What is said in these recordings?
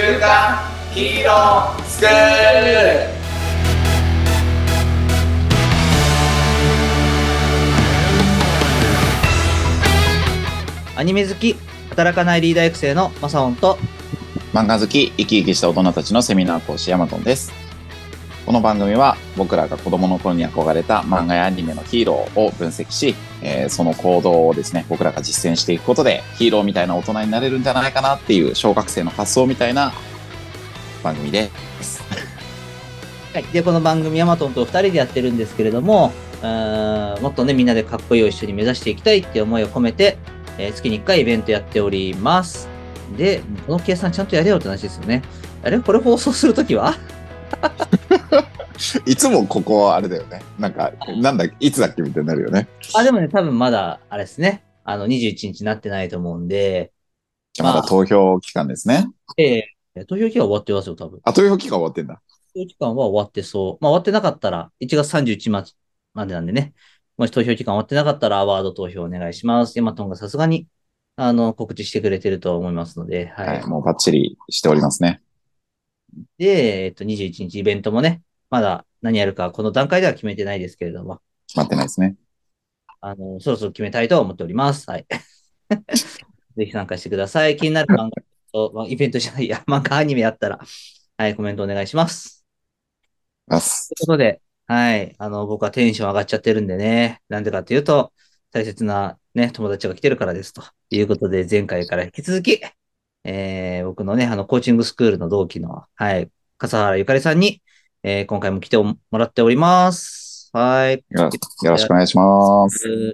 週刊ヒーロースクール。 アニメ好き、働かないリーダー育成のマサオンと、 漫画好き、生き生きした大人たちのセミナー講師ヤマトンです。この番組は僕らが子供の頃に憧れた漫画やアニメのヒーローを分析し、その行動をですね、僕らが実践していくことでヒーローみたいな大人になれるんじゃないかなっていう小学生の発想みたいな番組です。 はい、でこの番組ヤマトンと2人でやってるんですけれども、もっとねみんなでかっこいいを一緒に目指していきたいっていう思いを込めて、月に1回イベントやっております。でこの計算ちゃんとやれよって話ですよね。あれこれ放送するときはいつもここはあれだよね。なんだいつだっけみたいになるよね。 でもね多分まだあれですね、21日になってないと思うんで、 じゃあまだ投票期間ですね。 投票期間終わってますよ多分。 投票期間終わってんだ。 投票期間は終わってそう。終わってなかったら1月31日までなんでね。もし投票期間終わってなかったらアワード投票お願いします。ヤマトンがさすがに告知してくれてると思いますので、はい。 はい、もうバッチリしておりますね。 で、21日イベントもね、まだ何やるかこの段階では決めてないですけれども、 決まってないですね。 そろそろ決めたいと思っております。はい。ぜひ参加してください。気になる漫画と、イベントじゃないや、漫画アニメやったら、はい、コメントお願いします。ということで、はい、僕はテンション上がっちゃってるんでね、なんでかっていうと、大切なね、友達が来てるからですということで、前回から引き続き、僕のね、コーチングスクールの同期の、はい、笠原ゆかりさんに、今回も来てもらっております。はい。 よろしくお願いします。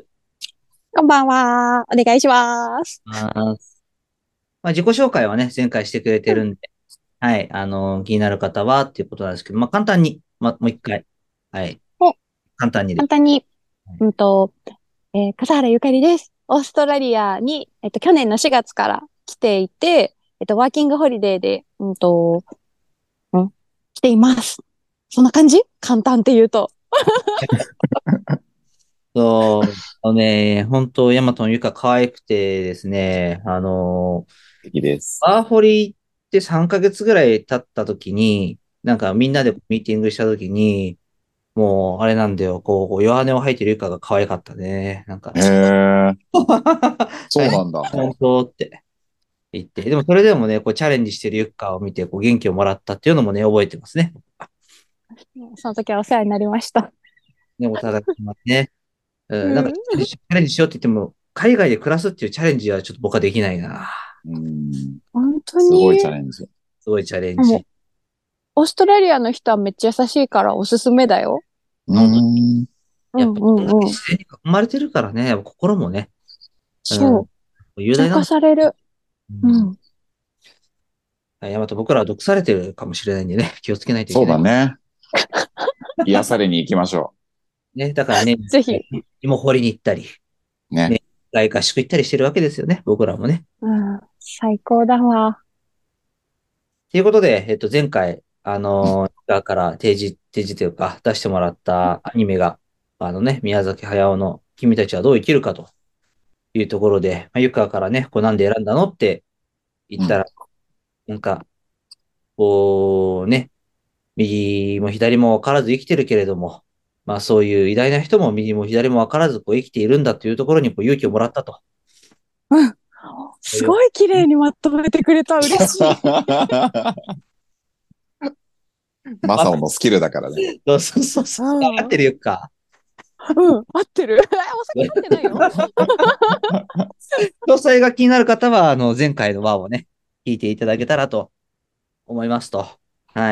こんばんは。お願いします。 自己紹介はね、前回してくれてるんで、はい、気になる方はっていうことなんですけど、簡単に、もう一回、はい、簡単にで。 簡単に、笠原ゆかりです。オーストラリアに、去年の4月から来ていて、ワーキングホリデーで、来ています。そんな感じ？簡単って言うと。 本当、ヤマトンゆか可愛くてですね、 素敵です。 ワーホリって3ヶ月ぐらい経った時に、なんかみんなでミーティングした時に、もう、あれなんだよ、弱音を吐いてるゆかが可愛かったね。なんか、 そうなんだ。 本当って言って、でもそれでもね、チャレンジしてるゆかを見て、元気をもらったっていうのもね、覚えてますね。 その時はお世話になりました。 ね、お互いね。なんか、チャレンジしようって言っても、海外で暮らすっていうチャレンジはちょっと僕はできないな。 本当にすごいチャレンジ。 すごいチャレンジ。 オーストラリアの人はめっちゃ優しいからおすすめだよ。 やっぱり自然に囲まれてるからね、心もね。 そう。浄化される。 ヤマト、僕らは毒されてるかもしれないんでね、気をつけないといけない。 そうだね。癒されに行きましょう。ね、だからね、 ぜひ。 芋掘りに行ったり、 ね。 外合宿行ったりしてるわけですよね、僕らもね。 最高だわ。 ということで、前回、側から提示というか、出してもらったアニメが、宮崎駿の君たちはどう生きるかというところで、ゆかからね、なんで選んだのって言ったら、なんか、右も左も分からず生きてるけれども、そういう偉大な人も右も左も分からず生きているんだというところに勇気をもらったと。 すごい綺麗にまとめてくれた。嬉しい。 マサオのスキルだからね。 そう。合ってるよか。 合ってる。お酒飲んでないよ。 詳細が気になる方は、前回の話をね、聞いていただけたらと思いますと。はい。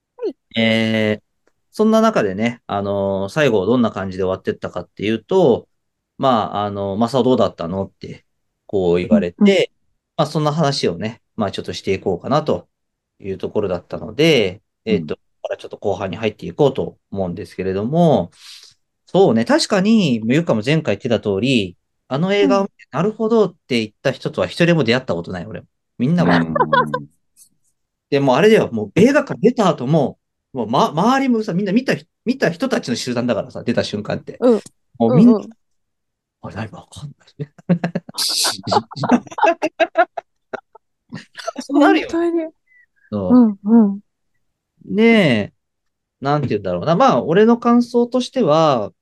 そんな中でね、最後どんな感じで終わってったかっていうと、マサオどうだったのって、言われて、そんな話をね、ちょっとしていこうかなというところだったので、からちょっと後半に入っていこうと思うんですけれども、そうね、確かに、ゆかも前回言ってた通り、あの映画を見て、なるほどって言った人とは一人も出会ったことない、俺も。みんなは。でもあれだよ、もう映画から出た後も、周りもさ、みんな見た人たちの集団だからさ、出た瞬間って。もうみんな、あれ、わかんない。そうなるよ。 そうう。 ん、うん。 で、なんて言うんだろうな。まあ、俺の感想としては、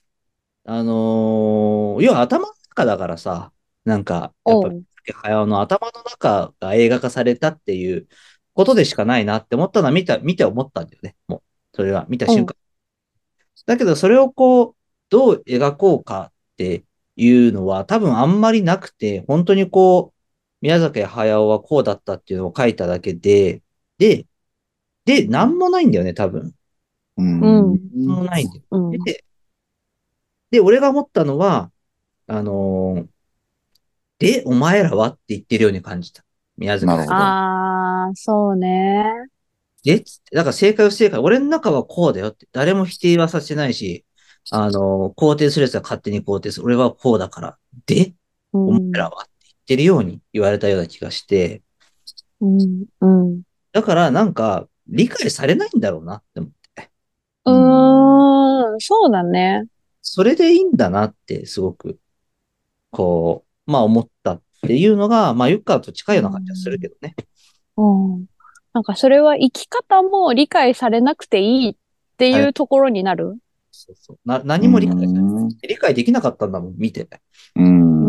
要は頭の中だからさ、なんか、やっぱ、 おう。 駿の頭の中が映画化されたっていうことでしかないなって思ったのは見て思ったんだよね。もう、それは見たうん、 瞬間。だけど、それをこう、どう描こうかっていうのは多分あんまりなくて、本当にこう、宮崎駿はこうだったっていうのを書いただけで、なんもないんだよね、多分。 ううん、 なんもないんだよ。 うん。 俺が思ったのは、あのーお前らはって言ってるように感じた。宮崎駿。 なるほど。 ああ、そうね。 つって、だから正解不正解。俺の中はこうだよって。誰も否定はさせてないし、肯定するやつは勝手に肯定する。俺はこうだから。 うお前らん、 はって言ってるように言われたような気がして、 うん、うん。 だからなんか、理解されないんだろうなって思って。 うそうだね。 それでいいんだなって、すごく、こまあ思ったっていうのが、まあ、ゆっかと近ういような感じはするけん、 どね。 うん。なんかそれは生き方も理解されなくていいってされいうところになる。 そうそう。何うも理解されん。 理解できなかったんだもん、見て。 うん。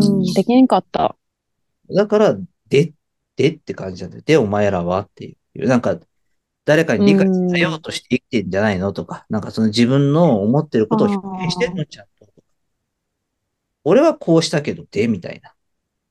うん、できんかった。 だから、って感じなんだよ。お前らはっていう。なんか、誰かにう理解されようん。 として生きてんじゃないのとか、なんかその自分の思ってるあことを表現してるのあ。 ちゃんと。俺はこうしたけど、みたいな。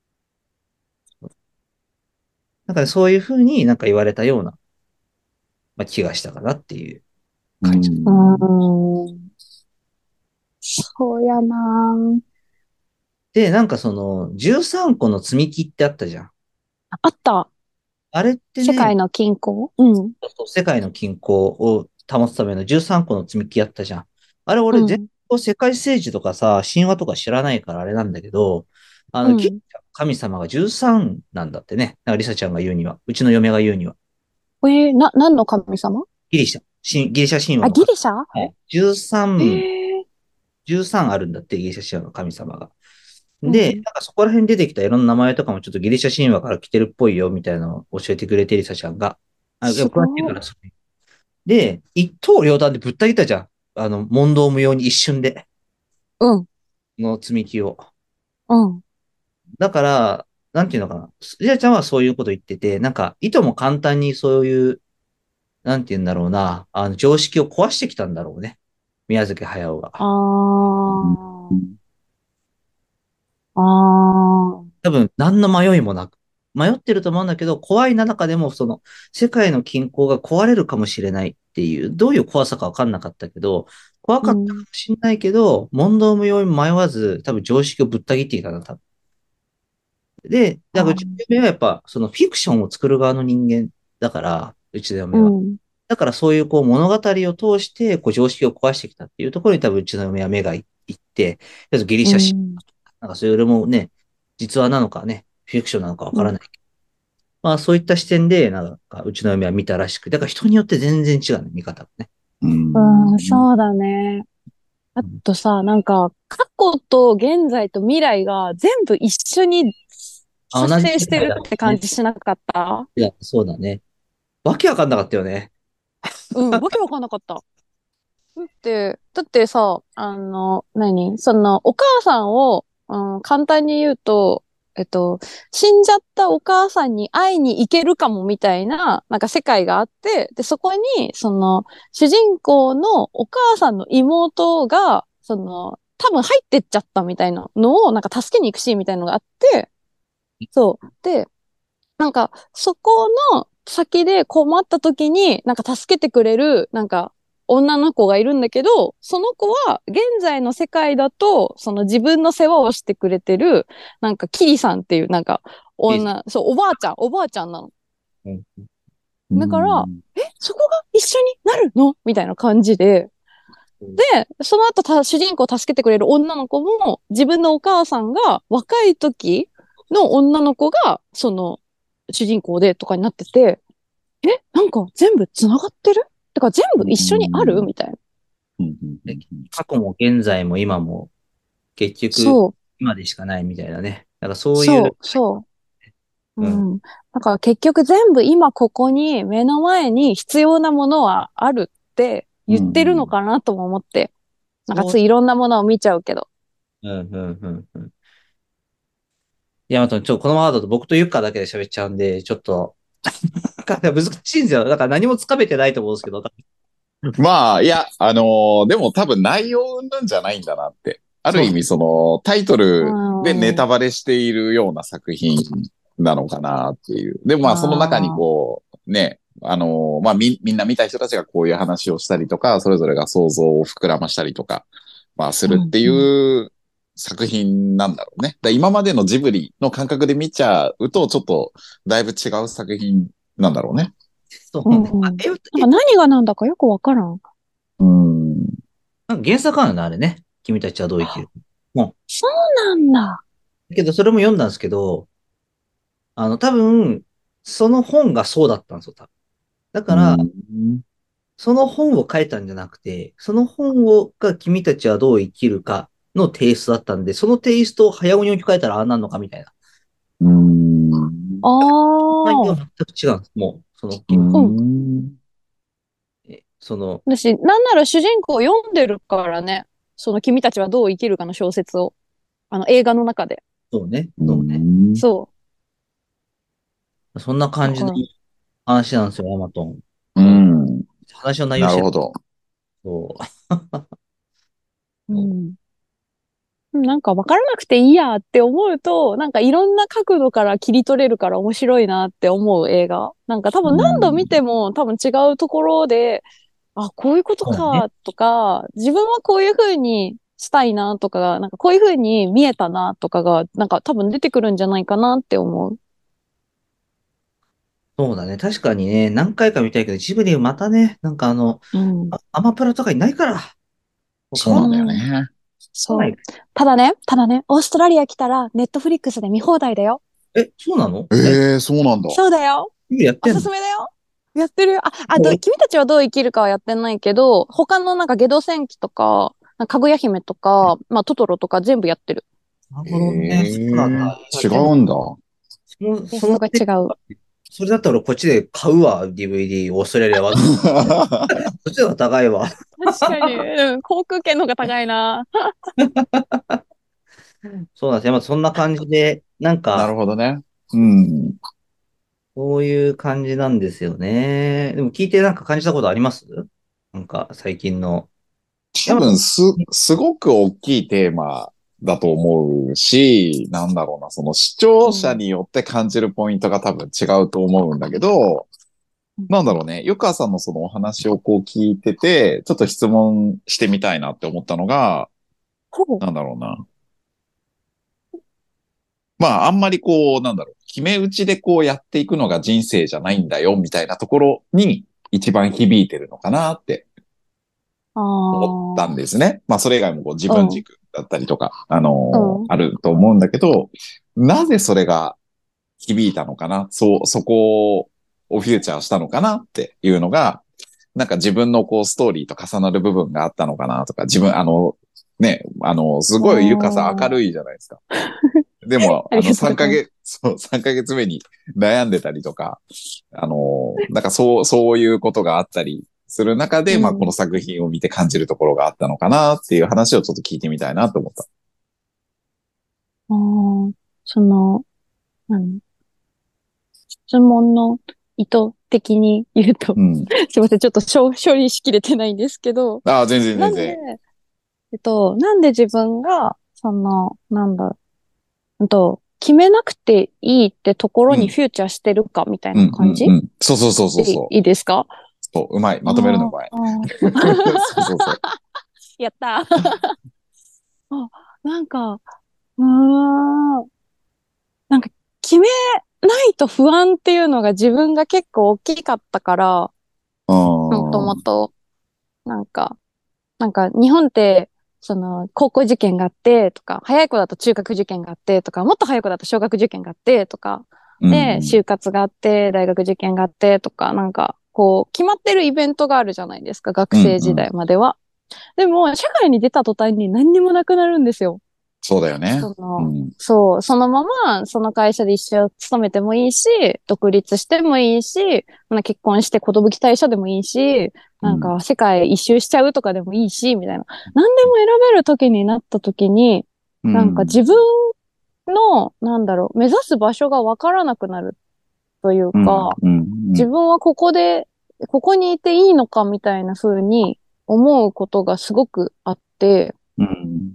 なんかそういうふうになんか言われたような、まあ、気がしたかなっていうう感じ。 ん。 うん。そうやな。 で、なんかその、13個の積み木ってあったじゃん。 あった。 あれってね、 世界の均衡。うん。 世界の均衡を保つための13個の積み木やったじゃん。あれ俺全うん。 然世界政治とかさ、神話とか知らないからあれなんだけど、キリうん。 神様が13なんだってね。なんかリサちゃんが言うには、うちの嫁が言うには。 何の神様？ ギリシャ神話あ、 の神ギリシャ？ 様。はい。13、 ええ 13あるんだって、ギリシャ神話の神様が。で、 うん。 なんかそこら辺に出てきたいろんな名前とかもちょっとギリシャ神話から来てるっぽいよ、みたいなのを教えてくれて、リサちゃんが。いやす詳しいごい。 からそれで、一刀両断でぶった切ったじゃん。問答無用に一瞬で、 うん。 の積み木を。 うん。 だから、なんていうのかな。リアちゃんはそういうこと言ってて、なんか、いとも簡単にそういう、なんていうんだろうな、常識を壊してきたんだろうね。宮崎駿あが。 あ。ああ。 多分、何の迷いもなく。迷ってると思うんだけど、怖いな中でも、その、世界の均衡が壊れるかもしれないっていう、どういう怖さかわかんなかったけど、怖かったかうん。 もしれないけど、問答無用に迷わず、多分常識をぶった切っていたな、多分。で、だからうちのあ嫁はやっぱ、そのフィクションを作る側の人間だから、うちの嫁は。 うん。 だからそういうこう物語を通して、こう常識を壊してきたっていうところに多分うちの嫁は目がいって、とりあえずギリうシャ神ん。 話とか、なんかそれもね、実話なのかね、フィクションなのかわうん。 からない。まあそういった視点で、なんかうちの嫁は見たらしく、だから人によって全然違うね、見方がね。 うん。 うん、そうだね。あうんとさ、なんか、過去と現在と未来が全部一緒にあ、同じ発生し世界だてるって感ね。 じしなかった？ いや、そうだね。わけわかんなかったよね。 うん、わけわかんなかった。だってさ、その、お母さんを、簡単に言うと、死んじゃったお母さんに会いに行けるかもみたいな、なんか世界があって、で、そこに、その、主人公のお母さんの妹が、その、多分入ってっちゃったみたいなのを、なんか助けに行くシーンみたいなのがあって、そう。で、なんか、そこの先で困った時に、なんか助けてくれる、なんか、女の子がいるんだけど、その子は、現在の世界だと、その自分の世話をしてくれてる、なんか、キリさんっていう、なんか、そう、おばあちゃんなの。 うんだから、そこが一緒になるのみたいな感じで、で、その後主人公を助けてくれる女の子も、自分のお母さんが若い時の女の子が、その、主人公でとかになってて、なんか全部繋がってる？てか全部一緒にあるみたいな。 で過去も現在も今も結局そう、 今でしかないみたいなね。なんかそういう、 そう。 うん、 うん。 だから結局全部今ここに目の前に必要なものはあるって言ってるのかなとも思って。なんかついいろんなものを見ちゃうけど。 うん、うん、うん、うん。いや、また、このままだと僕とユッカだけで喋っちゃうんで、ちょっと、難しいんですよ。だから何もつかめてないと思うんですけど。 まあ、いや、でも多分内容なんじゃないんだなって。ある意味タイトルでネタバレしているような作品なのかなっていう。でもまあ、その中にね、まあみんな見た人たちがこういう話をしたりとか、それぞれが想像を膨らましたりとか、まあするっていう作品なんだろうね。今までのジブリの感覚で見ちゃうと、ちょっとだいぶ違う作品なんだろうね。 そうなんか何がなんだかよくわからん。 なんか原作あるのあれね。君たちはどう生きる。 そうなんだ。 けど、それも読んだんですけど、多分、その本がそうだったんですよ、多分。だから、その本を書いたんじゃなくて、その本が君たちはどう生きるかのテイストだったんで、そのテイストを早鬼に置き換えたらああなんのかみたいな。内容は全く違うんです。もう、 私、なんなら主人公読んでるからね。その君たちはどう生きるかの小説を。映画の中で。 そうね。そうね。 そそんな感じの話なんですよ、ヤマトン。話の内容なるほど。 そう。 なんか分からなくていいやって思うと、なんかいろんな角度から切り取れるから面白いなって思う映画。なんか多分何度見ても多分違うところで、あ、こういうことかとか、自分はこういう風にしたいなとか、なんかこういう風に見えたなとかが、なんか多分出てくるんじゃないかなって思う。 そうだね。確かにね、何回か見たいけど、ジブリまたね、なんかアマプラとかにないから。 そうなんだよね。 そう。ただね、オーストラリア来たら、ネットフリックスで見放題だよ。 そうなの？ そうなんだ。 そうだよ。おすすめだよ。やってるよ。君たちはどう生きるかはやってないけど、他のなんかゲド戦記とか、かぐや姫とか、まあトトロとか全部やってる。 なるほどね。そうなんだ。 違うんだ。 テイストが違う。 それだったらこっちで買うわ、DVD、オーストラリアは。そっちの方が高いわ。 確かに、航空券の方が高いな。 そうなんですよ。まあ、そんな感じで、なんか、 なるほどね。 そういう感じなんですよね。でも聞いてなんか感じたことあります？なんか最近の。 多分すごく大きいテーマだと思うし、なんだろうな、その視聴者によって感じるポイントが多分違うと思うんだけど、なんだろうね、ゆかさんのそのお話をこう聞いてて、ちょっと質問してみたいなって思ったのが、なんだろうな。まあ、あんまりこう、なんだろう、決め打ちでこうやっていくのが人生じゃないんだよ、みたいなところに一番響いてるのかなって思ったんですね。まあ、それ以外もこう自分軸だったりとか、あると思うんだけど、なぜそれが響いたのかな、そこをフューチャーしたのかなっていうのが、なんか自分のこうストーリーと重なる部分があったのかなとか、自分、ね、すごいゆかさん明るいじゃないですか。でも、3ヶ月、そう、3ヶ月目に悩んでたりとか、なんかそういうことがあったりする中で、まあこの作品を見て感じるところがあったのかなっていう話をちょっと聞いてみたいなと思った。 質問の意図的に言うと、すいません、ちょっと処理しきれてないんですけど、 全然。 なんで自分が、決めなくていいってところにフューチャーしてるかみたいな感じ？ そう。 いいですか？ そう、うまい。まとめるのうまい。そう。 やったなんか、なんか決めないと不安っていうのが自分が結構大きかったから、もともと、なんか日本って、高校受験があってとか、早い子だと中学受験があってとか、もっと早い子だと小学受験があってとか、で、就活があって、大学受験があってとか、なんか、こう、決まってるイベントがあるじゃないですか、学生時代までは。でも、社会に出た途端に何にもなくなるんですよ。 そうだよね。 その、 うん。 そう、そのまま、その会社で一生勤めてもいいし、独立してもいいし、結婚して寿退社でもいいし、なんか世界一周しちゃうとかでもいいし、みたいな。何でも選べる時になった時に、 うん。 なんか自分の、目指す場所がわからなくなるといううん、 か、 うん、 自分はここにいていいのかみたいな風に思うことがすごくあって、 うん。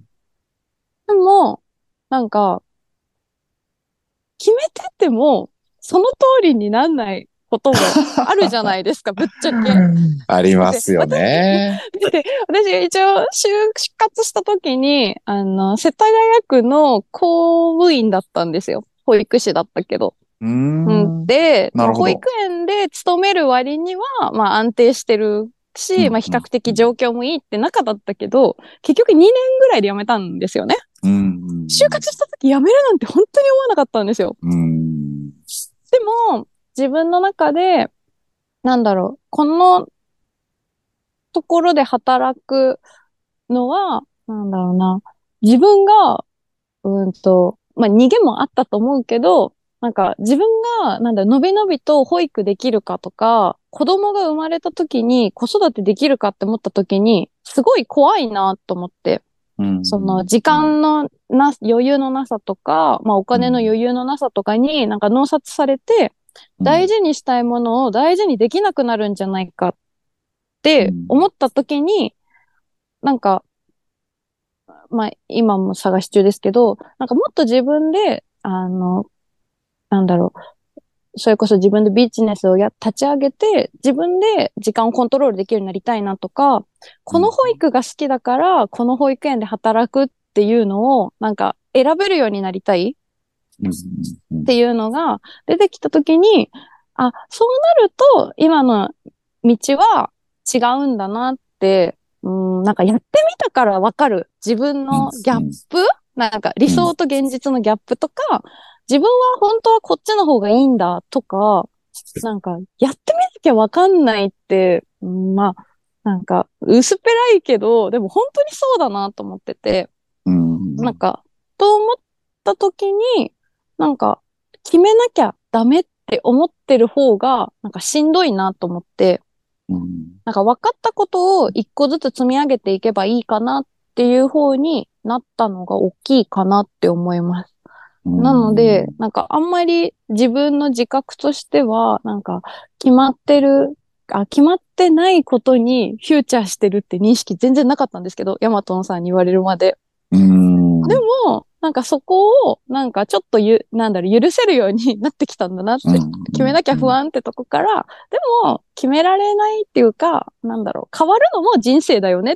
でも、なんか、決めてても、その通りになんないこともあるじゃないですか、ぶっちゃけ。 ありまで、 すよね。 私一応就活した時に、世田谷区の公務員だったんですよ。保育士だったけど。 うーん。 で、 なるほど。 保育園で勤める割には、安定してるし、 うん、 比較的状況もいいって中だったけど、結局2年ぐらいで辞めたんですよね。 うん、 就活した時辞めるなんて本当に思わなかったんですよ。 うん。 でも、自分の中で、このところで働くのは、自分が、逃げもあったと思うけど、自分が、のびのびと保育できるかとか、子供が生まれた時に子育てできるかって思った時に、すごい怖いなと思って、 うん、 その時間の余裕のなさとか、お金の余裕のなさとかに脳殺されて、大事にしたいものを大事にできなくなるんじゃないかって思った時に、なんか、今も探し中ですけど、もっと自分で、なんだろそれこそ自分でビジネスを立ち上げて、自分で時間をコントロールできるようになりたいなとか、この保育が好きだから、この保育園で働くっていうのを、選べるようになりたいっていうのが出てきたときに、そうなると、今の道は違うんだなって、やってみたからわかる自分のギャップ、理想と現実のギャップとか、自分は本当はこっちの方がいいんだとか、やってみなきゃわかんないって、薄っぺらいけど、でも本当にそうだなと思ってて、と思った時に、決めなきゃダメって思ってる方が、しんどいなと思って、分かったことを一個ずつ積み上げていけばいいかなっていう方になったのが大きいかなって思います。なので、あんまり自分の自覚としては、決まってないことにフューチャーしてるって認識全然なかったんですけど、ヤマトンさんに言われるまで。でも、そこを、ちょっと許せるようになってきたんだなって、決めなきゃ不安ってとこから、でも、決められないっていうか、変わるのも人生だよねって、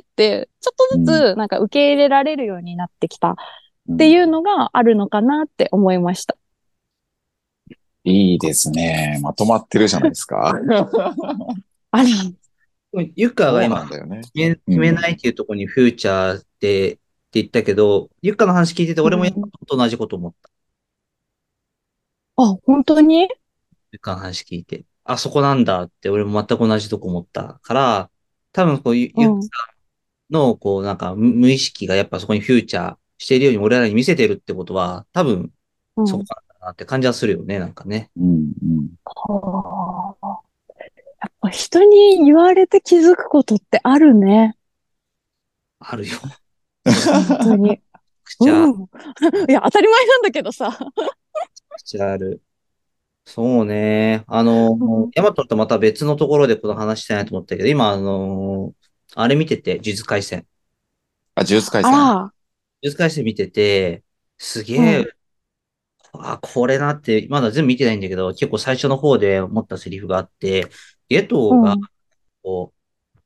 ちょっとずつ、受け入れられるようになってきたっていうのがあるのかなって思いました。 いいですね。まとまってるじゃないですか。 あら。 ゆかが今、 そうなんだよね。 決めないっていうところにフューチャーって言ったけど、ゆかの話聞いてて、俺もと同じこと思った。 本当にゆかの話聞いて。そこなんだって、俺も全く同じとこ思ったから、多分ゆかの、無意識がやっぱそこにフューチャーしているように俺らに見せてるってことは、多分、そこなんだなって感じはするよね、なんかね。 やっぱ人に言われて気づくことってあるね。 あるよ。 本当に。いや、当たり前なんだけどさ。 口ある。そうね。ヤマトとまた別のところでこの話したいなと思ったけど、今、あれ見てて、呪術廻戦。 呪術廻戦。 呪術廻戦見てて、すげえ、これなって、まだ全部見てないんだけど、結構最初の方で思ったセリフがあって、ゲトが、こう、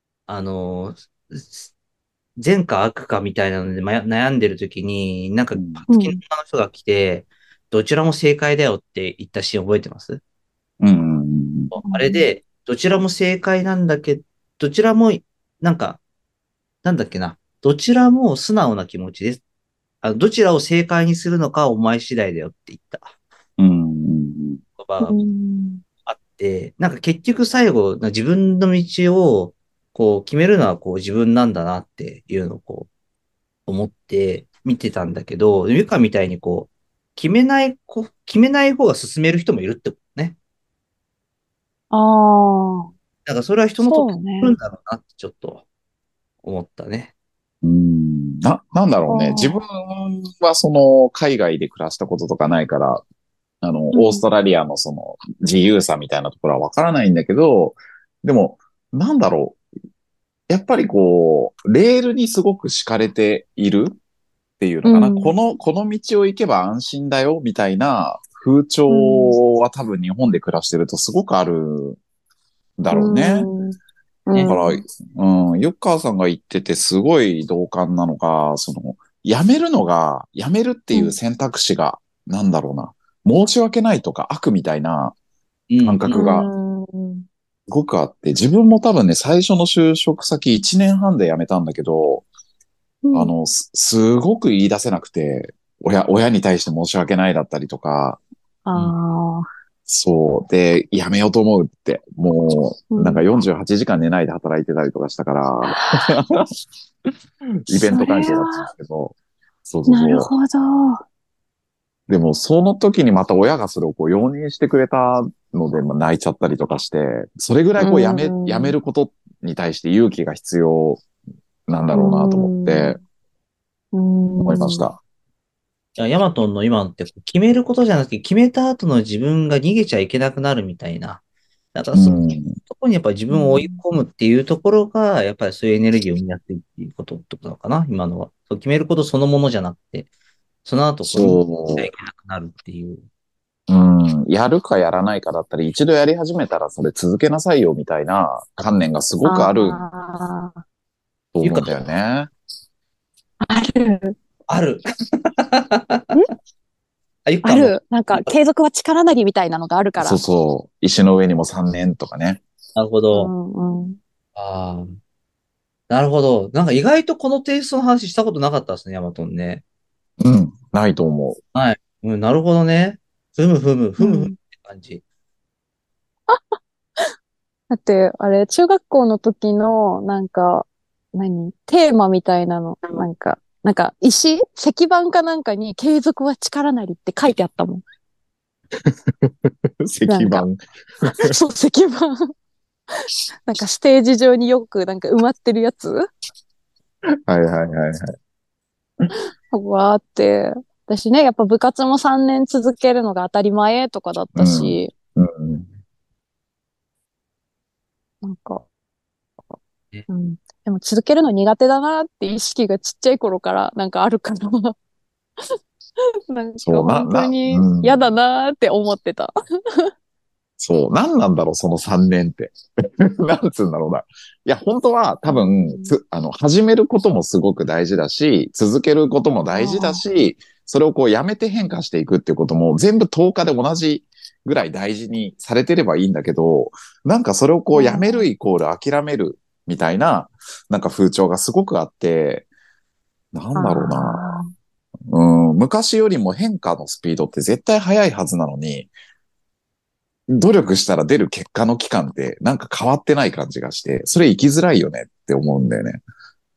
善か悪かみたいなので悩んでる時に、パツキの女の人が来て、どちらも正解だよって言ったシーン覚えてます？あれで、どちらも正解なんだけど、どちらも、なんだっけな、どちらも素直な気持ちです。どちらを正解にするのかはお前次第だよって言った言葉があって、結局最後、自分の道をこう決めるのはこう自分なんだなっていうのをこう思って、 見てたんだけど、ゆかみたいにこう、決めない方が進める人もいるってことね。 ああ、 だからそれは人の特そうね。 徴なんだろうなってちょっと思ったね。 なんだろうね。 あー自分はその海外で暮らしたこととかないから、オーストラリアのその自由さみたいなところはわからないんだけど、でも、なんだろう。やっぱりこう、レールにすごく敷かれているっていうのかな。 うんこの道を行けば安心だよ、みたいな風潮は多分日本で暮らしてるとすごくあるんだろうね。だから、ゆっかーさんが言っててすごい同感なのが、その、やめるっていう選択肢が、なんだろうな、申し訳ないとか悪みたいな感覚がすごくあって、自分も多分ね、最初の就職先1年半で辞めたんだけど、すごく言い出せなくて、親に対して申し訳ないだったりとか、 ああ、 そう。で、やめようと思うって、もう、なんか48時間寝ないで働いてたりとかしたから、イベント関係だったんですけど、そうそうなるそほど。 う。でも、その時にまた親がそれをこう容認してくれたので、まあ、泣いちゃったりとかして、それぐらいこうやめることに対して勇気が必要なんだろうなと思って思いました。 じゃあ、ヤマトンの今って決めることじゃなくて、決めた後の自分が逃げちゃいけなくなるみたいな。だからそういうところにやっぱり自分を追い込むっていうところが、やっぱりそういうエネルギーを生みやすいっていうことってことなのかな、今のは。そう決めることそのものじゃなくて、その後こう逃げちゃいそけなくなるっていう。 う。やるかやらないかだったら、一度やり始めたらそれ続けなさいよみたいな観念がすごくあるああ、 と思うんだよね。 ある。 ある。あ、ゆっかも。 ある。なんか、継続は力なりみたいなのがあるから。 そうそう。石の上にも3年とかね。 なるほど。ああ、なるほど。なんか意外とこのテイストの話したことなかったですね、ヤマトンね。 ないと思う。 はい。うん、なるほどね。ふむって感じ。 だって、あれ、中学校の時の、なんか、テーマみたいなの、石板かなんかに継続は力なりって書いてあったもん。 石なんか板。 そう、石板。なんかステージ上によくなんか埋まってるやつはいはいはいはい。 があって、私ね、やっぱ部活も3年続けるのが当たり前とかだったし、 うん。 なんか、でも続けるの苦手だなって意識がちっちゃい頃からなんかあるから、なんかそう、 本当に嫌だなって思ってた。 そう、何なんだろう、その3年って。なんつうんだろうな。いや、本当は多分、始めることもすごく大事だし、続けることも大事だし、それをこうやめて変化していくっていうことも全部10日で同じぐらい大事にされてればいいんだけど、なんかそれをこうやめるイコール諦めるみたいな、なんか風潮がすごくあって、なんだろうな。昔よりも変化のスピードって絶対速いはずなのに、努力したら出る結果の期間ってなんか変わってない感じがして、それ生きづらいよねって思うんだよね。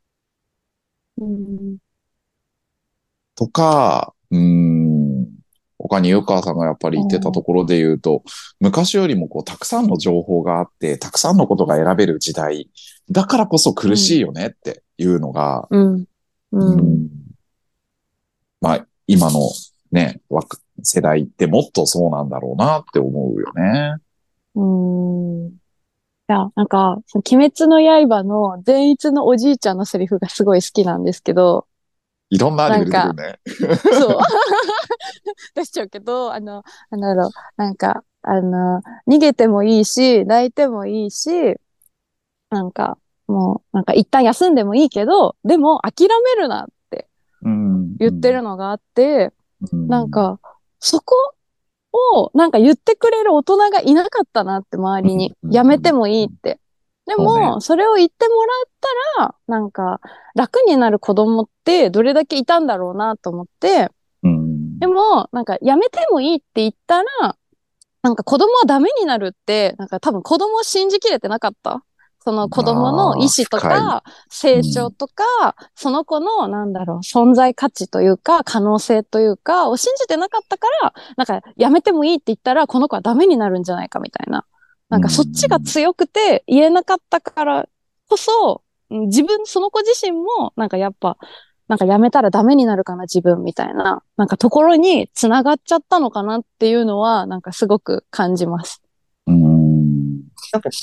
とか、他に湯川さんがやっぱり言ってたところで言うと、昔よりもこうたくさんの情報があって、たくさんのことが選べる時代、だからこそ苦しいよねっていうのが、まあ今のね、世代ってもっとそうなんだろうなって思うよね。 いや、なんか、鬼滅の刃の善逸のおじいちゃんのセリフがすごい好きなんですけど、 いろんなアニメ出てくるね。 そう。出しちゃうけど、逃げてもいいし、泣いてもいいし、なんか、もう、なんか一旦休んでもいいけど、でも諦めるなって言ってるのがあって、なんか、そこをなんか言ってくれる大人がいなかったなって周りに。やめてもいいって。でも、それを言ってもらったら、なんか、楽になる子供ってどれだけいたんだろうなと思って、でも、なんか、やめてもいいって言ったら、なんか子供はダメになるって、なんか多分子供を信じきれてなかった。 その子供の意思とか、成長とか、その子の、存在価値というか、可能性というか、を信じてなかったから、やめてもいいって言ったら、この子はダメになるんじゃないかみたいな。そっちが強くて言えなかったからこそ、その子自身も、やっぱ、やめたらダメになるかな、自分みたいな、ところに繋がっちゃったのかなっていうのは、すごく感じます。 なんか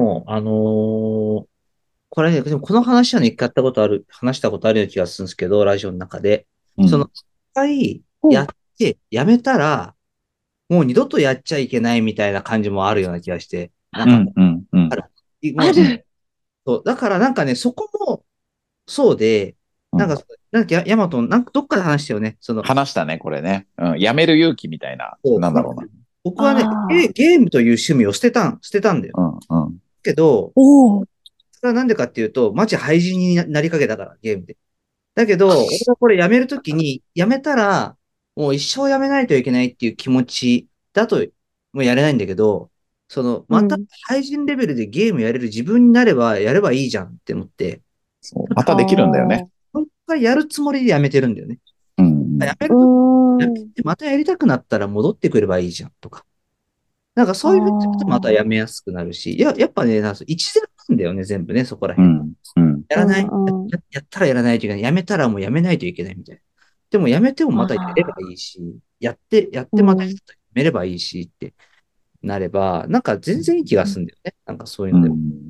これね、でもこの話はね、話したことあるような気がするんですけど、ラジオの中で。一回やってやめたら、もう二度とやっちゃいけないみたいな感じもあるような気がして。ある。そう。だからそこも、そうで、ヤマトン、どっかで話したよね。 話したね、これね。やめる勇気みたいな。なんだろうな。 僕はね、ゲームという趣味を捨てたんだよ。けど、それはなんでかっていうと、マジ廃人になりかけたから、ゲームで。だけど、俺がこれやめるときに、やめたら、もう一生やめないといけないっていう気持ちだと、もうやれないんだけど、また廃人レベルでゲームやれる自分になれば、やればいいじゃんって思って、 またできるんだよね。 もう一回やるつもりでやめてるんだよね。やめると、またやりたくなったら戻ってくればいいじゃんとか。そういうふうにするとまたやめやすくなるし、やっぱね、一然なんだよね、全部ね、そこら辺。やらない、やったらやらないといけない。やめたらもうやめないといけないみたいな。でもやめてもまたやればいいし、やってまたやめればいいしってなれば、全然いい気がするんだよね。そういうので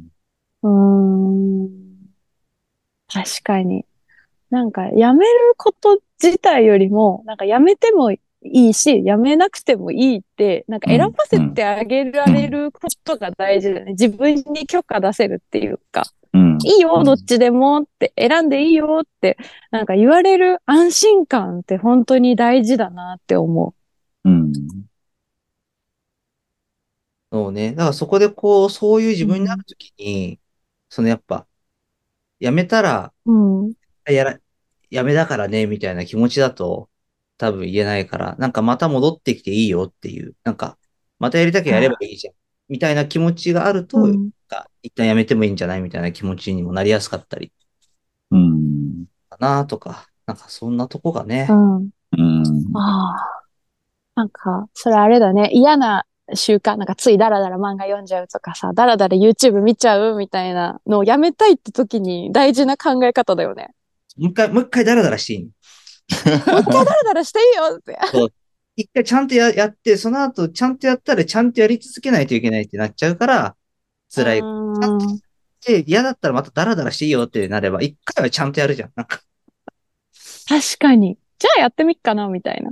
も。 確かに。やめること自体よりも、やめてもいいし、やめなくてもいいって、選ばせてあげられることが大事だよね。自分に許可出せるっていうか。いいよ、どっちでもって、選んでいいよって、言われる安心感って本当に大事だなって思う。 そうね。だからそこでそういう自分になるときに、やっぱ、やめたら、やめだからね、みたいな気持ちだと多分言えないから、また戻ってきていいよっていう、またやりたきゃやればいいじゃん、みたいな気持ちがあると、一旦やめてもいいんじゃないみたいな気持ちにもなりやすかったり、かなとか、そんなとこがね。 それあれだね。嫌な習慣、ついダラダラ漫画読んじゃうとかさ、ダラダラ YouTube 見ちゃうみたいなのをやめたいって時に大事な考え方だよね。 もう一回ダラダラしていいのもう一回ダラダラしていいよって。 一回ちゃんとやって、その後ちゃんとやったらちゃんとやり続けないといけないってなっちゃうから、辛い。で、嫌だったらまたダラダラしていいよってなれば、一回はちゃんとやるじゃん。 確かに。じゃあやってみっかな、みたいな。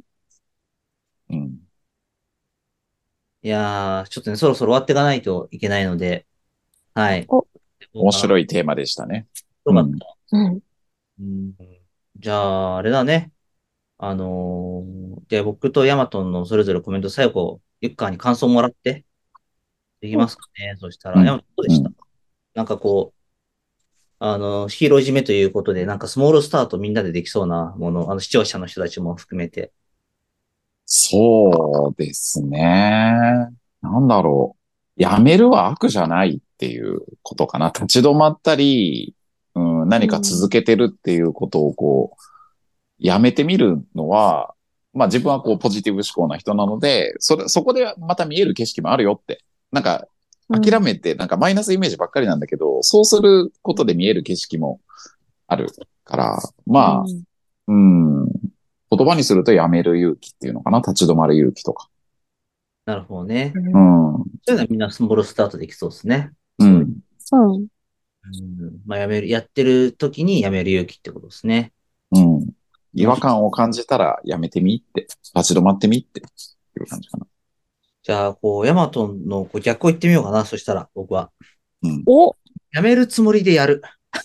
いやー、ちょっとね、そろそろ終わっていかないといけないので、はい。 面白いテーマでしたね。 よかった。じゃあ、あれだね。で、僕とヤマトンのそれぞれコメント最後、ゆっかーに感想もらって、できますかね。そしたら、ヤマトンどうでした？ヒーロー締めということで、スモールスタートみんなでできそうなもの、視聴者の人たちも含めて。 そうですね。なんだろう。やめるは悪じゃないっていうことかな。立ち止まったり、何か続けてるっていうことをやめてみるのは、まあ自分はポジティブ思考な人なので、そこでまた見える景色もあるよって。諦めて、マイナスイメージばっかりなんだけど、そうすることで見える景色もあるから、まあ、言葉にするとやめる勇気っていうのかな。立ち止まる勇気とか。 なるほどね。そういうのはみんなスモールスタートできそうですね。まあやってる時にやめる勇気ってことですね。 違和感を感じたらやめてみって、立ち止まってみっていう感じかな。 じゃあ、ヤマトンの逆を言ってみようかな。そしたら、僕は。やめるつもりでやる。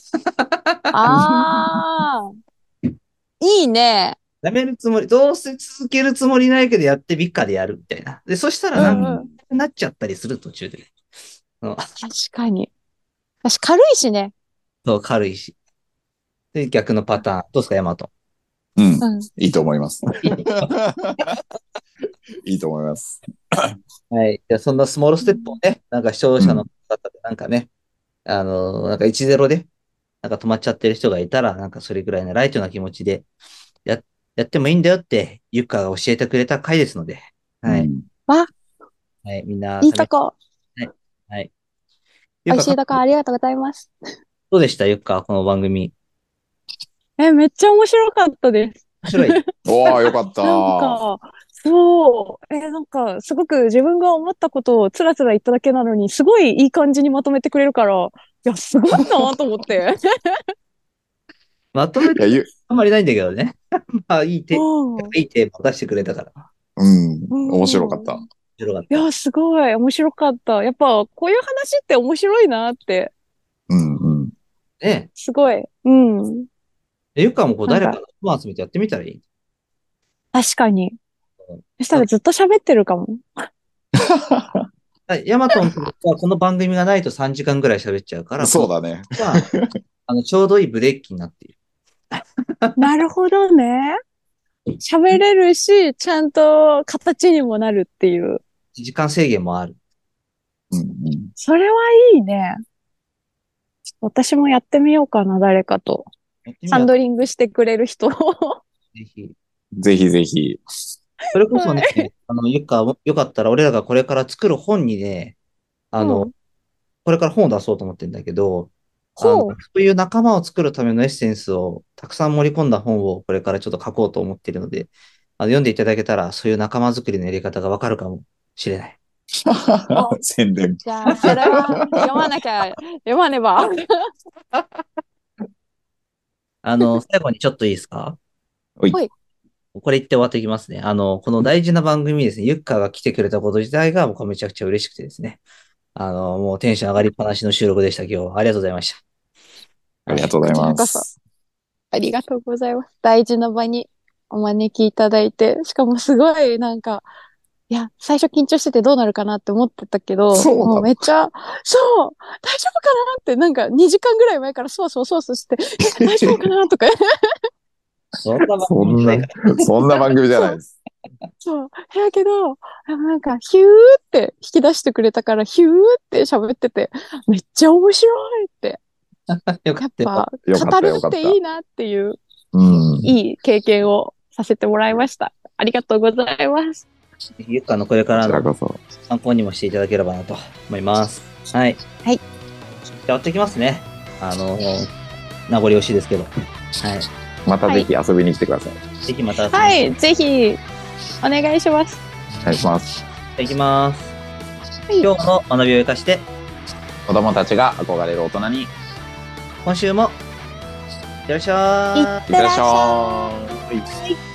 いいね。 やめるつもり、どうせ続けるつもりないけどやってみっかでやるみたいな。で、そしたらなっちゃったりする途中で。 確かに。軽いしね。 そう、軽いし。で、逆のパターン。どうですか、ヤマトン。いいと思います。いいと思います。 はい。じゃあ、そんなスモールステップをね、視聴者の方でね、 なんか1-0で、なんか止まっちゃってる人がいたら、なんかそれぐらいのライトな気持ちでや、やってもいいんだよって、ゆっかが教えてくれた回ですので、はい。 わ、 はい、みんな、 いいとこ。 はい。はい。 美味しいとこありがとうございます。 どうでしたゆっか、この番組。 めっちゃ面白かったです。 面白い。 おー、よかったなんか、そう、なんか、すごく自分が思ったことをつらつら言っただけなのに、すごいいい感じにまとめてくれるから、いや、すごいなと思って。 まとめていや、 あんまりないんだけどね。まあ、いいテーマを出してくれたから。 面白かった。 面白かった。 いや、すごい、面白かった。やっぱ、こういう話って面白いなって。 ねすごい。うん。 ゆっかもこうなんか、 誰かの集めてやってみたらいい。 確かに。そしたらずっと喋ってるかも。 ヤマトンはこの番組がないと3時間ぐらい喋っちゃうから、 そうだね。 ちょうどいいブレーキになっている。 なるほどね。喋れるし、ちゃんと形にもなるっていう。 時間制限もある。 それはいいね。私もやってみようかな、誰かと。ハンドリングしてくれる人。 ぜひ。 ぜひぜひ。 それこそね、ゆっか、よかったら俺らがこれから作る本にね、これから本を出そうと思ってるんだけど、そういう仲間を作るためのエッセンスをたくさん盛り込んだ本をこれからちょっと書こうと思っているので、読んでいただけたらそういう仲間作りのやり方がわかるかもしれない。 宣伝。 じゃあ、それは読まなきゃ、読まねば。 最後にちょっといいですか？ はい。 これ言って終わっていきますね。この大事な番組にですね、ゆっかが来てくれたこと自体が僕はめちゃくちゃ嬉しくてですね。もうテンション上がりっぱなしの収録でした、今日は。ありがとうございました。 ありがとうございます。 ありがとうございます。大事な場にお招きいただいて、しかもすごいなんか、いや、最初緊張しててどうなるかなって思ってたけど、もうめっちゃ、そう、大丈夫かなって、なんか2時間ぐらい前からそうして、大丈夫かなとか。 そんな番組じゃないです。 そう。やけど、なんか、ヒューって引き出してくれたから、ヒューって喋ってて、めっちゃ面白いって。 よかったやっぱ、語るっていいなっていう、いい経験をさせてもらいました。ありがとうございます。 ゆっかのこれからの参考にもしていただければなと思います。はい。 はい。 じゃあ、やってきますね。名残惜しいですけど。はい。 またぜひ遊びに来てください。 ぜひまた。 はい、ぜひ、お願いします。 お願いします。 いきます。今日の学びを生かして、 子供たちが憧れる大人に、 今週も、いってらっしゃい。 いってらっしゃい。